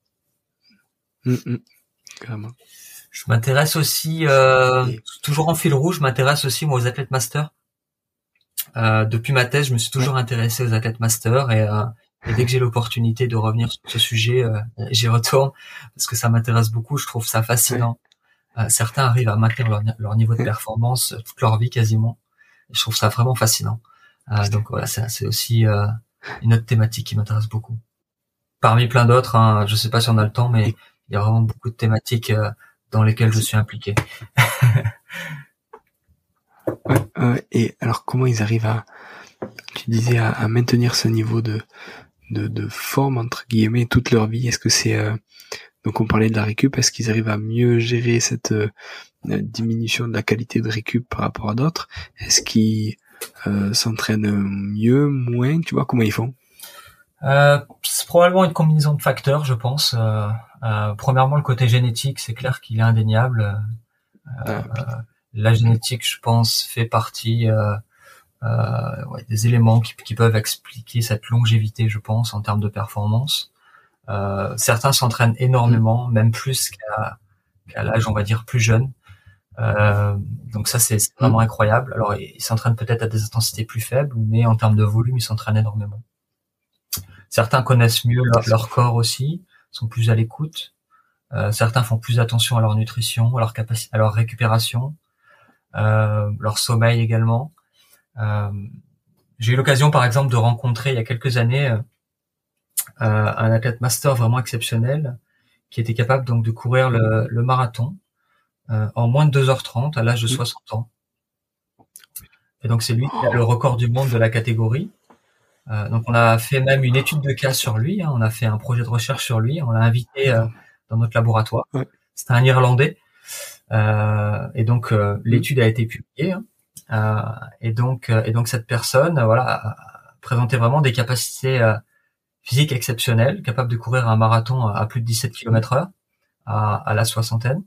Carrément. Je m'intéresse aussi, toujours en fil rouge, je m'intéresse aussi moi aux athlètes master. Depuis ma thèse, je me suis toujours intéressé aux athlètes master, et dès que j'ai l'opportunité de revenir sur ce sujet, j'y retourne parce que ça m'intéresse beaucoup. Je trouve ça fascinant. Certains arrivent à maintenir leur niveau de performance toute leur vie quasiment. Je trouve ça vraiment fascinant. Donc voilà, c'est aussi une autre thématique qui m'intéresse beaucoup. Parmi plein d'autres, hein, je sais pas si on a le temps, mais il y a vraiment beaucoup de thématiques dans lesquelles je suis impliqué. Et alors, comment ils arrivent tu disais, à maintenir ce niveau de forme, entre guillemets, toute leur vie? Est-ce que c'est, donc on parlait de la récup, est-ce qu'ils arrivent à mieux gérer cette diminution de la qualité de récup par rapport à d'autres? Est-ce qu'ils s'entraînent mieux, moins? Tu vois, comment ils font? C'est probablement une combinaison de facteurs, je pense. Premièrement, le côté génétique, c'est clair qu'il est indéniable. La génétique, je pense, fait partie des éléments qui peuvent expliquer cette longévité, je pense, en termes de performance. Certains s'entraînent énormément, même plus qu'à l'âge, on va dire, plus jeune. Donc ça, c'est vraiment incroyable. Alors, ils s'entraînent peut-être à des intensités plus faibles, mais en termes de volume, ils s'entraînent énormément. Certains connaissent mieux leur corps aussi, sont plus à l'écoute. Certains font plus attention à leur nutrition, à leur capacité, à leur récupération, leur sommeil également. J'ai eu l'occasion, par exemple, de rencontrer il y a quelques années un athlète master vraiment exceptionnel qui était capable donc de courir le marathon en moins de 2h30 à l'âge de 60 ans. Et donc c'est lui qui a le record du monde de la catégorie. Donc on a fait même une étude de cas sur lui, hein, on a fait un projet de recherche sur lui, on l'a invité dans notre laboratoire. C'était un Irlandais. Et donc l'étude a été publiée. Et donc cette personne, a présenté vraiment des capacités physiques exceptionnelles, capable de courir un marathon à plus de 17 km/h à la soixantaine.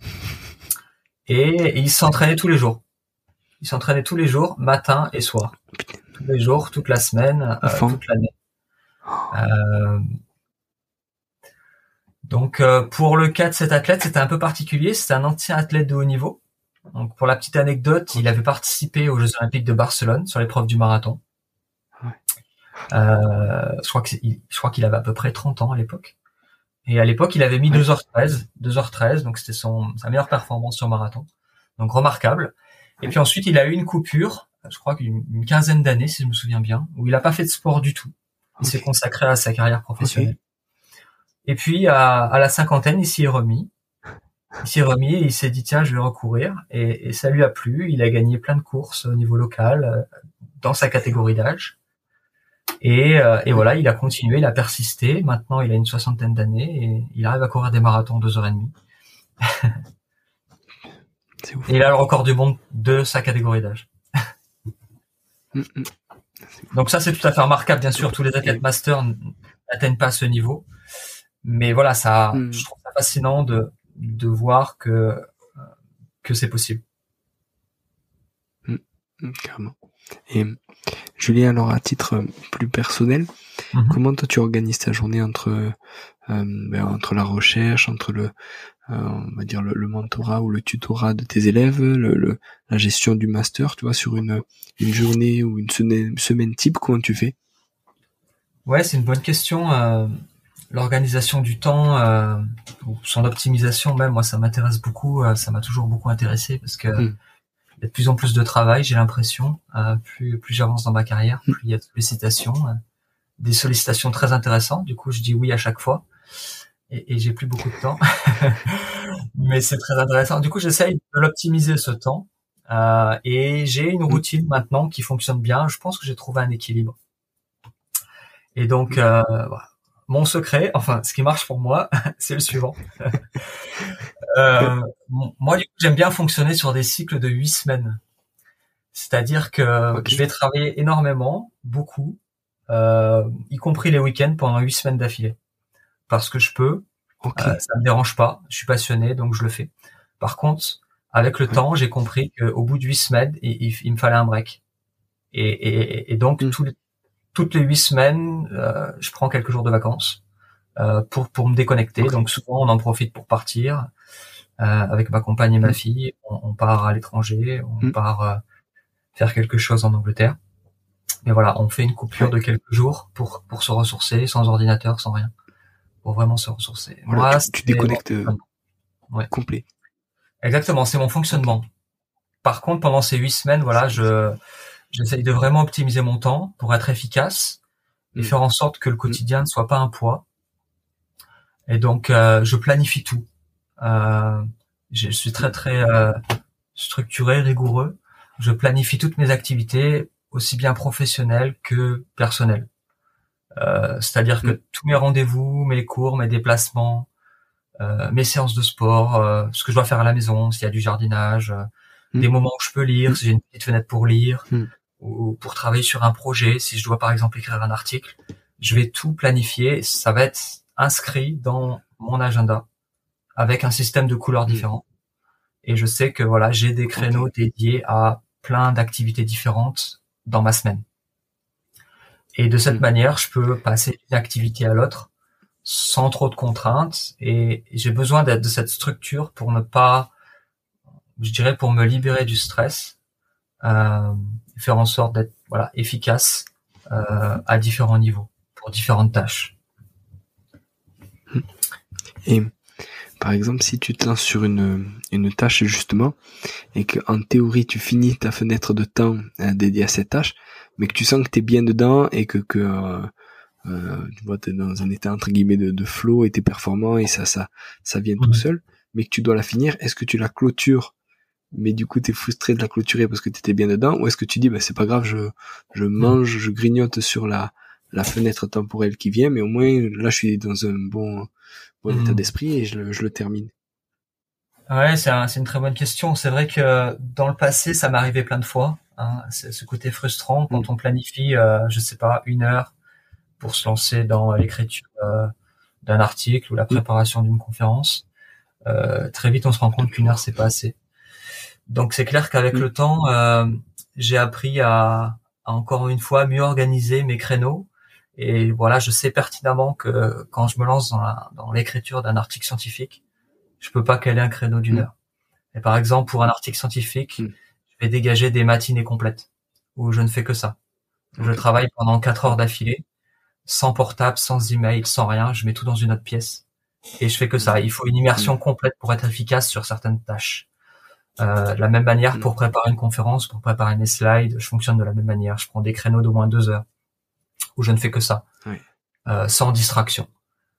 Et il s'entraînait tous les jours. Il s'entraînait tous les jours, matin et soir. Tous les jours, toute la semaine, toute l'année. Donc pour le cas de cet athlète, c'était un peu particulier. C'était un ancien athlète de haut niveau. Donc pour la petite anecdote, il avait participé aux Jeux Olympiques de Barcelone sur l'épreuve du marathon. Je crois qu'il avait à peu près 30 ans à l'époque. Et à l'époque, il avait mis 2h13, donc c'était sa meilleure performance sur marathon. Donc remarquable. Et puis ensuite, il a eu une coupure, je crois qu'une quinzaine d'années, si je me souviens bien, où il n'a pas fait de sport du tout. Il s'est consacré à sa carrière professionnelle. Et puis, à la cinquantaine, il s'y est remis. Et il s'est dit, tiens, je vais recourir. Et ça lui a plu. Il a gagné plein de courses au niveau local, dans sa catégorie d'âge. Et voilà, il a continué, il a persisté. Maintenant, il a une soixantaine d'années et il arrive à courir des marathons 2h30. C'est ouf. Et il a le record du monde de sa catégorie d'âge. Donc ça, c'est tout à fait remarquable. Bien sûr, tous les athlètes master n'atteignent pas ce niveau. Mais voilà, je trouve ça fascinant de voir que c'est possible. Carrément. Et Julien, alors à titre plus personnel, comment toi tu organises ta journée entre la recherche, entre on va dire le mentorat ou le tutorat de tes élèves, la gestion du master, tu vois, sur une journée ou une semaine type, comment tu fais? Ouais, c'est une bonne question. L'organisation du temps, ou son optimisation même, moi ça m'intéresse beaucoup, ça m'a toujours beaucoup intéressé parce que il y a de plus en plus de travail, j'ai l'impression, plus j'avance dans ma carrière, plus il y a de sollicitations, des sollicitations très intéressantes, du coup je dis oui à chaque fois et j'ai plus beaucoup de temps. Mais c'est très intéressant. Du coup, j'essaye de l'optimiser ce temps et j'ai une routine maintenant qui fonctionne bien. Je pense que j'ai trouvé un équilibre. Et donc, voilà. Mon secret, enfin, ce qui marche pour moi, c'est le suivant. Moi, du coup, j'aime bien fonctionner sur des cycles de 8 semaines. C'est-à-dire que je vais travailler énormément, beaucoup, y compris les week-ends pendant 8 semaines d'affilée. Parce que je peux, ça me dérange pas, je suis passionné, donc je le fais. Par contre, avec le temps, j'ai compris qu'au bout de 8 semaines, il me fallait un break. Et donc, toutes les 8 semaines, je prends quelques jours de vacances pour me déconnecter. Donc souvent, on en profite pour partir avec ma compagne et ma fille. On part à l'étranger, on part faire quelque chose en Angleterre. Mais voilà, on fait une coupure de quelques jours pour se ressourcer, sans ordinateur, sans rien, pour vraiment se ressourcer. Voilà, moi, tu déconnectes complet. Exactement, c'est mon fonctionnement. Par contre, pendant ces 8 semaines, voilà, j'essaye de vraiment optimiser mon temps pour être efficace, et faire en sorte que le quotidien ne soit pas un poids. Et donc, je planifie tout. Je suis très structuré, rigoureux. Je planifie toutes mes activités, aussi bien professionnelles que personnelles. C'est-à-dire que tous mes rendez-vous, mes cours, mes déplacements, mes séances de sport, ce que je dois faire à la maison, s'il y a du jardinage, des moments où je peux lire, si j'ai une petite fenêtre pour lire, ou pour travailler sur un projet, si je dois par exemple écrire un article, je vais tout planifier. Ça va être inscrit dans mon agenda avec un système de couleurs différents. Et je sais que voilà, j'ai des créneaux dédiés à plein d'activités différentes dans ma semaine. Et de cette manière, je peux passer d'une activité à l'autre sans trop de contraintes. Et j'ai besoin de cette structure pour ne pas, je dirais, pour me libérer du stress, faire en sorte d'être efficace à différents niveaux pour différentes tâches. Et par exemple, si tu te lances sur une tâche justement et que en théorie tu finis ta fenêtre de temps dédiée à cette tâche, mais que tu sens que t'es bien dedans et que tu vois, t'es dans un état entre guillemets de flow et t'es performant et ça vient tout seul, mais que tu dois la finir, est-ce que tu la clôtures, mais du coup t'es frustré de la clôturer parce que t'étais bien dedans, ou est-ce que tu dis c'est pas grave, je mange, je grignote sur la fenêtre temporelle qui vient, mais au moins là je suis dans un bon état d'esprit et je le termine. Ouais, c'est une très bonne question. C'est vrai que dans le passé, ça m'est arrivé plein de fois. C'est ce côté frustrant quand on planifie, je sais pas, 1 heure pour se lancer dans l'écriture d'un article ou la préparation d'une conférence. Très vite, on se rend compte qu'1 heure, c'est pas assez. Donc, c'est clair qu'avec le temps, j'ai appris à encore une fois mieux organiser mes créneaux. Et voilà, je sais pertinemment que quand je me lance dans l'écriture d'un article scientifique, je peux pas caler un créneau d'1 heure. Et par exemple, pour un article scientifique, je vais dégager des matinées complètes où je ne fais que ça. Je travaille pendant 4 heures d'affilée, sans portable, sans email, sans rien. Je mets tout dans une autre pièce et je fais que ça. Il faut une immersion complète pour être efficace sur certaines tâches. De la même manière, pour préparer une conférence, pour préparer mes slides, je fonctionne de la même manière. Je prends des créneaux d'au moins 2 heures où je ne fais que ça, sans distraction.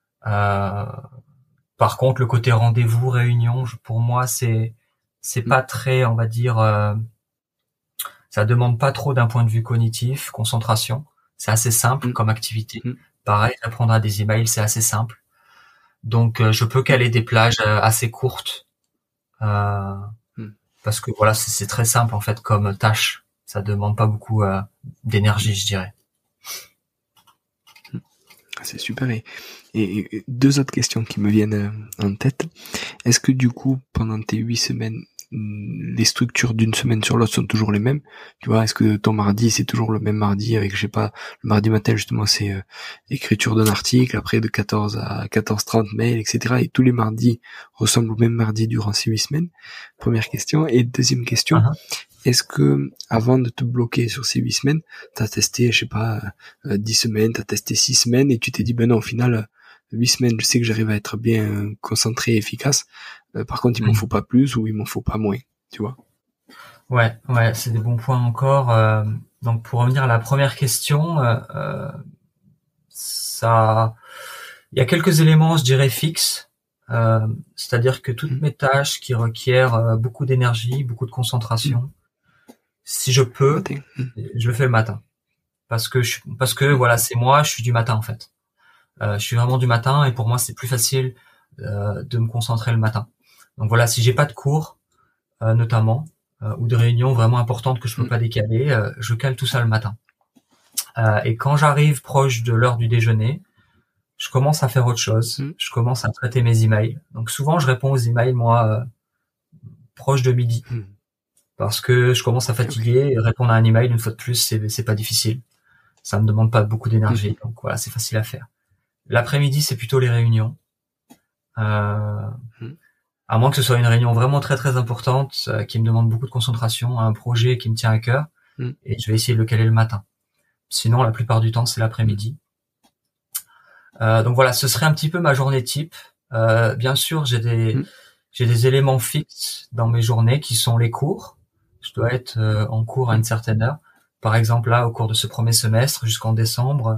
Par contre, le côté rendez-vous, réunion, pour moi, c'est pas très, on va dire, ça demande pas trop d'un point de vue cognitif, concentration. C'est assez simple comme activité. Pareil, répondre à des emails, c'est assez simple. Donc, je peux caler des plages assez courtes, parce que voilà, c'est très simple en fait comme tâche. Ça demande pas beaucoup d'énergie, je dirais. C'est super. Et 2 autres questions qui me viennent en tête. Est-ce que du coup, pendant tes 8 semaines, les structures d'une semaine sur l'autre sont toujours les mêmes? Tu vois, est-ce que ton mardi, c'est toujours le même mardi avec, je sais pas, le mardi matin, justement, c'est écriture d'un article, après de 14 à 14h30, mail, etc. Et tous les mardis ressemblent au même mardi durant ces 8 semaines? Première question. Et deuxième question. Est-ce que, avant de te bloquer sur ces 8 semaines, t'as testé, je sais pas, 10 semaines, t'as testé 6 semaines et tu t'es dit, non, au final, 8 semaines, je sais que j'arrive à être bien concentré et efficace. Par contre, il m'en faut pas plus ou il m'en faut pas moins, tu vois? Ouais, c'est des bons points encore. Donc, pour revenir à la première question, il y a quelques éléments, je dirais, fixes. C'est-à-dire que toutes mes tâches qui requièrent beaucoup d'énergie, beaucoup de concentration, si je peux, je le fais le matin. Parce que voilà, c'est moi, je suis du matin en fait. Je suis vraiment du matin et pour moi c'est plus facile de me concentrer le matin. Donc voilà, si j'ai pas de cours notamment ou de réunions vraiment importantes que je peux pas décaler, je cale tout ça le matin. Et quand j'arrive proche de l'heure du déjeuner, je commence à faire autre chose. Je commence à traiter mes emails. Donc souvent je réponds aux emails moi proche de midi. Parce que je commence à fatiguer et répondre à un email une fois de plus, c'est pas difficile. Ça me demande pas beaucoup d'énergie. Donc voilà, c'est facile à faire. L'après-midi, c'est plutôt les réunions. À moins que ce soit une réunion vraiment très très importante qui me demande beaucoup de concentration, un projet qui me tient à cœur, et je vais essayer de le caler le matin. Sinon, la plupart du temps, c'est l'après-midi. Donc voilà, ce serait un petit peu ma journée type. Bien sûr, j'ai des éléments fixes dans mes journées qui sont les cours. Je dois être en cours à une certaine heure. Par exemple, là, au cours de ce premier semestre, jusqu'en décembre,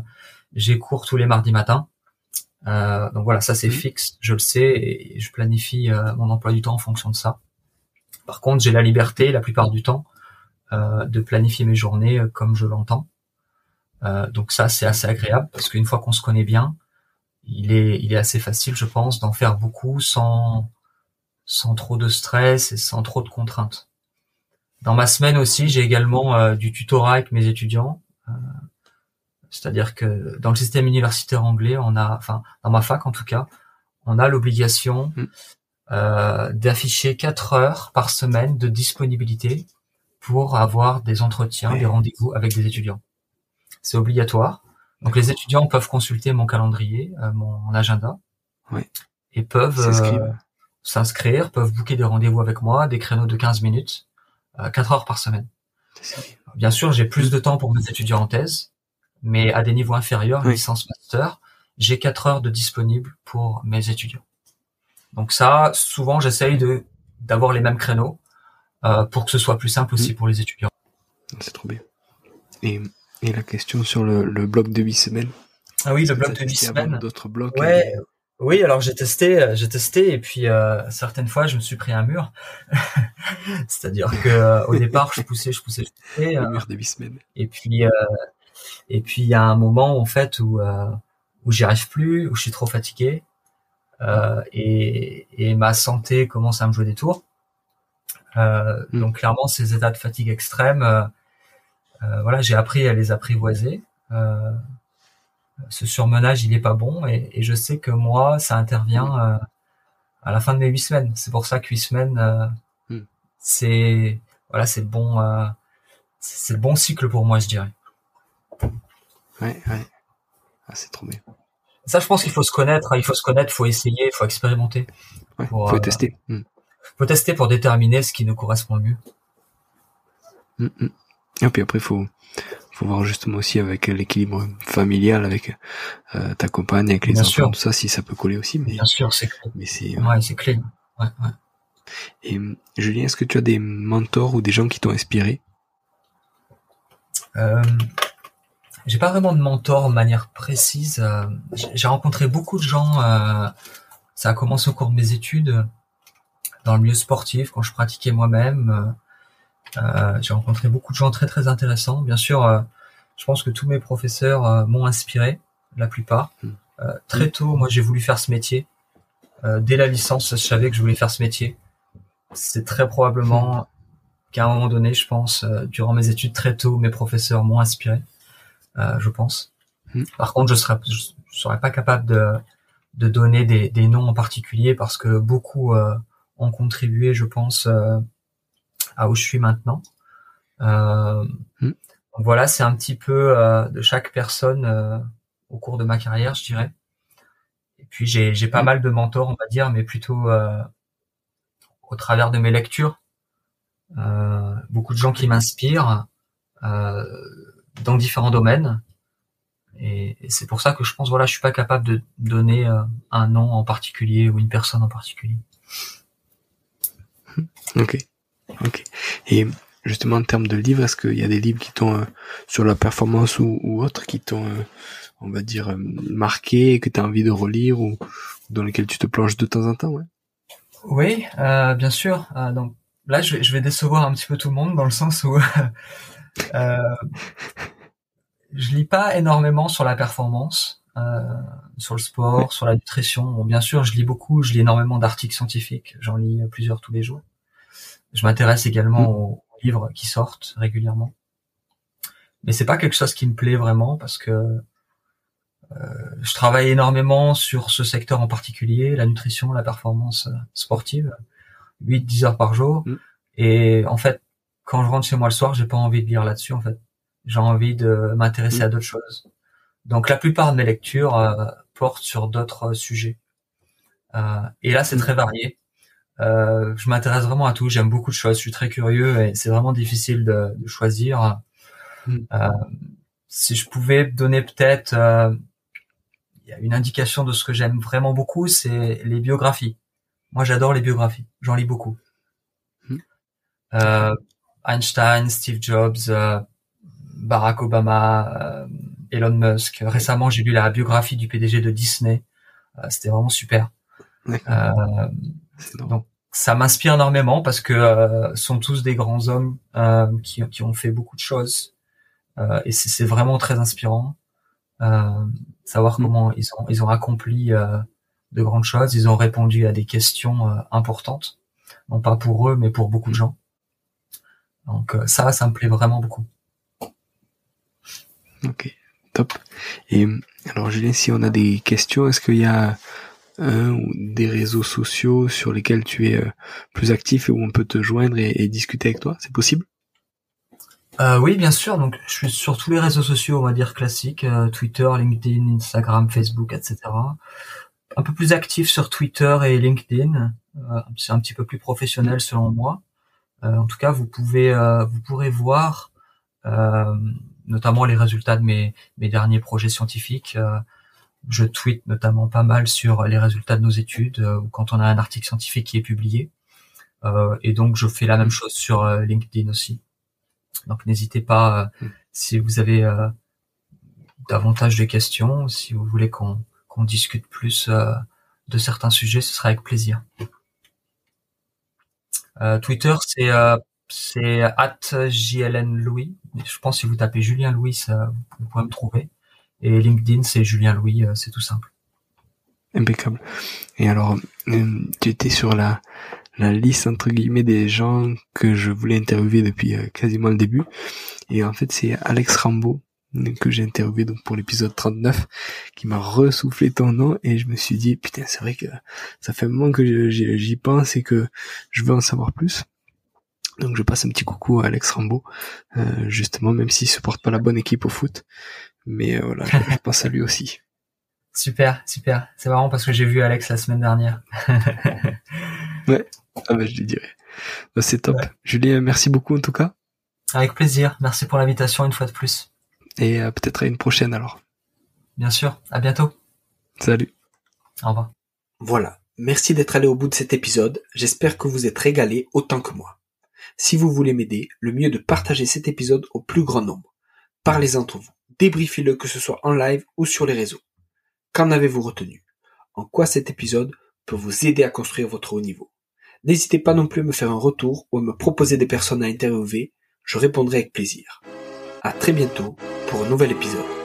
j'ai cours tous les mardis matins. Donc voilà, ça c'est Mhm. fixe, je le sais, et je planifie mon emploi du temps en fonction de ça. Par contre, j'ai la liberté, la plupart du temps, de planifier mes journées comme je l'entends. Donc ça, c'est assez agréable parce qu'une fois qu'on se connaît bien, il est assez facile, je pense, d'en faire beaucoup sans trop de stress et sans trop de contraintes. Dans ma semaine aussi, j'ai également du tutorat avec mes étudiants. C'est-à-dire que dans le système universitaire anglais, enfin dans ma fac en tout cas, on a l'obligation d'afficher 4 heures par semaine de disponibilité pour avoir des entretiens, des rendez-vous avec des étudiants. C'est obligatoire. Donc les étudiants peuvent consulter mon calendrier, mon agenda, et peuvent s'inscrire, peuvent booker des rendez-vous avec moi, des créneaux de 15 minutes, 4 heures par semaine. Bien sûr, j'ai plus de temps pour mes étudiants en thèse, mais à des niveaux inférieurs, licence master, j'ai 4 heures de disponible pour mes étudiants. Donc ça, souvent, j'essaye d'avoir les mêmes créneaux pour que ce soit plus simple aussi pour les étudiants. C'est trop bien. Et la question sur le bloc de 8 semaines. Ah oui, le bloc de 8 semaines. D'autres blocs. Ouais. Oui, alors j'ai testé, et puis certaines fois je me suis pris un mur. C'est-à-dire que au départ je poussais. Le mur de 8 semaines. Et puis il y a un moment en fait où j'y arrive plus, où je suis trop fatigué, et ma santé commence à me jouer des tours. Donc clairement ces états de fatigue extrême, voilà, j'ai appris à les apprivoiser. Ce surmenage, il est pas bon, et je sais que moi, ça intervient à la fin de mes 8 semaines. C'est pour ça que 8 semaines, c'est le bon cycle pour moi, je dirais. Ouais. Ah, c'est trop bien. Ça, je pense qu'il faut se connaître. Il faut essayer, il faut expérimenter. Faut tester. Faut tester pour déterminer ce qui nous correspond le mieux. Et puis après, faut voir justement aussi avec l'équilibre familial, avec ta compagne, avec les bien enfants, sûr. tout ça, si ça peut coller aussi. Mais bien sûr, c'est clé. Mais c'est c'est clé. Ouais. Et Julien, est-ce que tu as des mentors ou des gens qui t'ont inspiré? J'ai pas vraiment de mentor de manière précise. J'ai rencontré beaucoup de gens. Ça a commencé au cours de mes études dans le milieu sportif, quand je pratiquais moi-même. J'ai rencontré beaucoup de gens très très intéressants. Bien sûr, je pense que tous mes professeurs m'ont inspiré, la plupart. Très tôt, moi j'ai voulu faire ce métier. Dès la licence, je savais que je voulais faire ce métier. C'est très probablement qu'à un moment donné, je pense, durant mes études très tôt, mes professeurs m'ont inspiré, je pense. Par contre, je serais pas capable de donner des noms en particulier parce que beaucoup ont contribué, je pense, à où je suis maintenant. Donc voilà, c'est un petit peu de chaque personne au cours de ma carrière, je dirais. Et puis j'ai pas mal de mentors, on va dire, mais plutôt au travers de mes lectures. Beaucoup de gens qui m'inspirent dans différents domaines. Et c'est pour ça que je pense, voilà, je suis pas capable de donner un nom en particulier ou une personne en particulier. Ok. Et justement, en termes de livres, est-ce qu'il y a des livres qui t'ont, sur la performance ou autre, qui t'ont, on va dire, marqué, que tu as envie de relire ou dans lesquels tu te plonges de temps en temps, ouais? Oui, bien sûr. Donc là, je vais décevoir un petit peu tout le monde dans le sens où je lis pas énormément sur la performance, sur le sport, sur la nutrition. Bon, bien sûr, je lis énormément d'articles scientifiques. J'en lis plusieurs tous les jours. Je m'intéresse également aux livres qui sortent régulièrement. Mais c'est pas quelque chose qui me plaît vraiment parce que je travaille énormément sur ce secteur en particulier, la nutrition, la performance sportive, 8-10 heures par jour. Et en fait, quand je rentre chez moi le soir, j'ai pas envie de lire là-dessus, en fait. J'ai envie de m'intéresser à d'autres choses. Donc la plupart de mes lectures portent sur d'autres sujets. Et là, c'est très varié. Je m'intéresse vraiment à tout. J'aime beaucoup de choses. Je suis très curieux et c'est vraiment difficile de choisir. Si je pouvais donner peut-être il y a une indication de ce que j'aime vraiment beaucoup, c'est les biographies. Moi, j'adore les biographies. J'en lis beaucoup. Einstein, Steve Jobs, Barack Obama, Elon Musk. Récemment, j'ai lu la biographie du PDG de Disney. C'était vraiment super. Donc ça m'inspire énormément parce que sont tous des grands hommes qui ont fait beaucoup de choses et c'est vraiment très inspirant. Savoir comment ils ont accompli de grandes choses. Ils ont répondu à des questions importantes, non pas pour eux mais pour beaucoup de gens. Donc ça me plaît vraiment beaucoup. Ok, top. Et alors Julien, si on a des questions, est-ce qu'il y a ou des réseaux sociaux sur lesquels tu es plus actif et où on peut te joindre et discuter avec toi? C'est possible? Oui, bien sûr. Donc, je suis sur tous les réseaux sociaux, on va dire classiques, Twitter, LinkedIn, Instagram, Facebook, etc. Un peu plus actif sur Twitter et LinkedIn. C'est un petit peu plus professionnel selon moi. En tout cas, vous pourrez voir notamment les résultats de mes derniers projets scientifiques. Je tweete notamment pas mal sur les résultats de nos études ou quand on a un article scientifique qui est publié. Et donc, je fais la même chose sur LinkedIn aussi. Donc, n'hésitez pas, si vous avez davantage de questions, si vous voulez qu'on discute plus de certains sujets, ce sera avec plaisir. Twitter, c'est @JLNLouis. Je pense que si vous tapez Julien Louis, vous pourrez me trouver. Et LinkedIn, c'est Julien Louis, c'est tout simple. Impeccable. Et alors, tu étais sur la liste entre guillemets des gens que je voulais interviewer depuis quasiment le début. Et en fait, c'est Alex Rambaud que j'ai interviewé donc pour l'épisode 39 qui m'a ressoufflé ton nom et je me suis dit putain, c'est vrai que ça fait un moment que j'y pense et que je veux en savoir plus. Donc je passe un petit coucou à Alex Rambaud, justement, même s'il supporte pas la bonne équipe au foot. Mais voilà, je pense à lui aussi. Super. C'est marrant parce que j'ai vu Alex la semaine dernière. Ouais, je lui dirai. C'est top. Ouais. Julien, merci beaucoup en tout cas. Avec plaisir. Merci pour l'invitation une fois de plus. Et peut-être à une prochaine alors. Bien sûr. À bientôt. Salut. Au revoir. Voilà. Merci d'être allé au bout de cet épisode. J'espère que vous êtes régalés autant que moi. Si vous voulez m'aider, le mieux est de partager cet épisode au plus grand nombre. Parlez-en entre vous. Débriefez-le, que ce soit en live ou sur les réseaux. Qu'en avez-vous retenu? En quoi cet épisode peut vous aider à construire votre haut niveau? N'hésitez pas non plus à me faire un retour ou à me proposer des personnes à interviewer. Je répondrai avec plaisir. À très bientôt pour un nouvel épisode.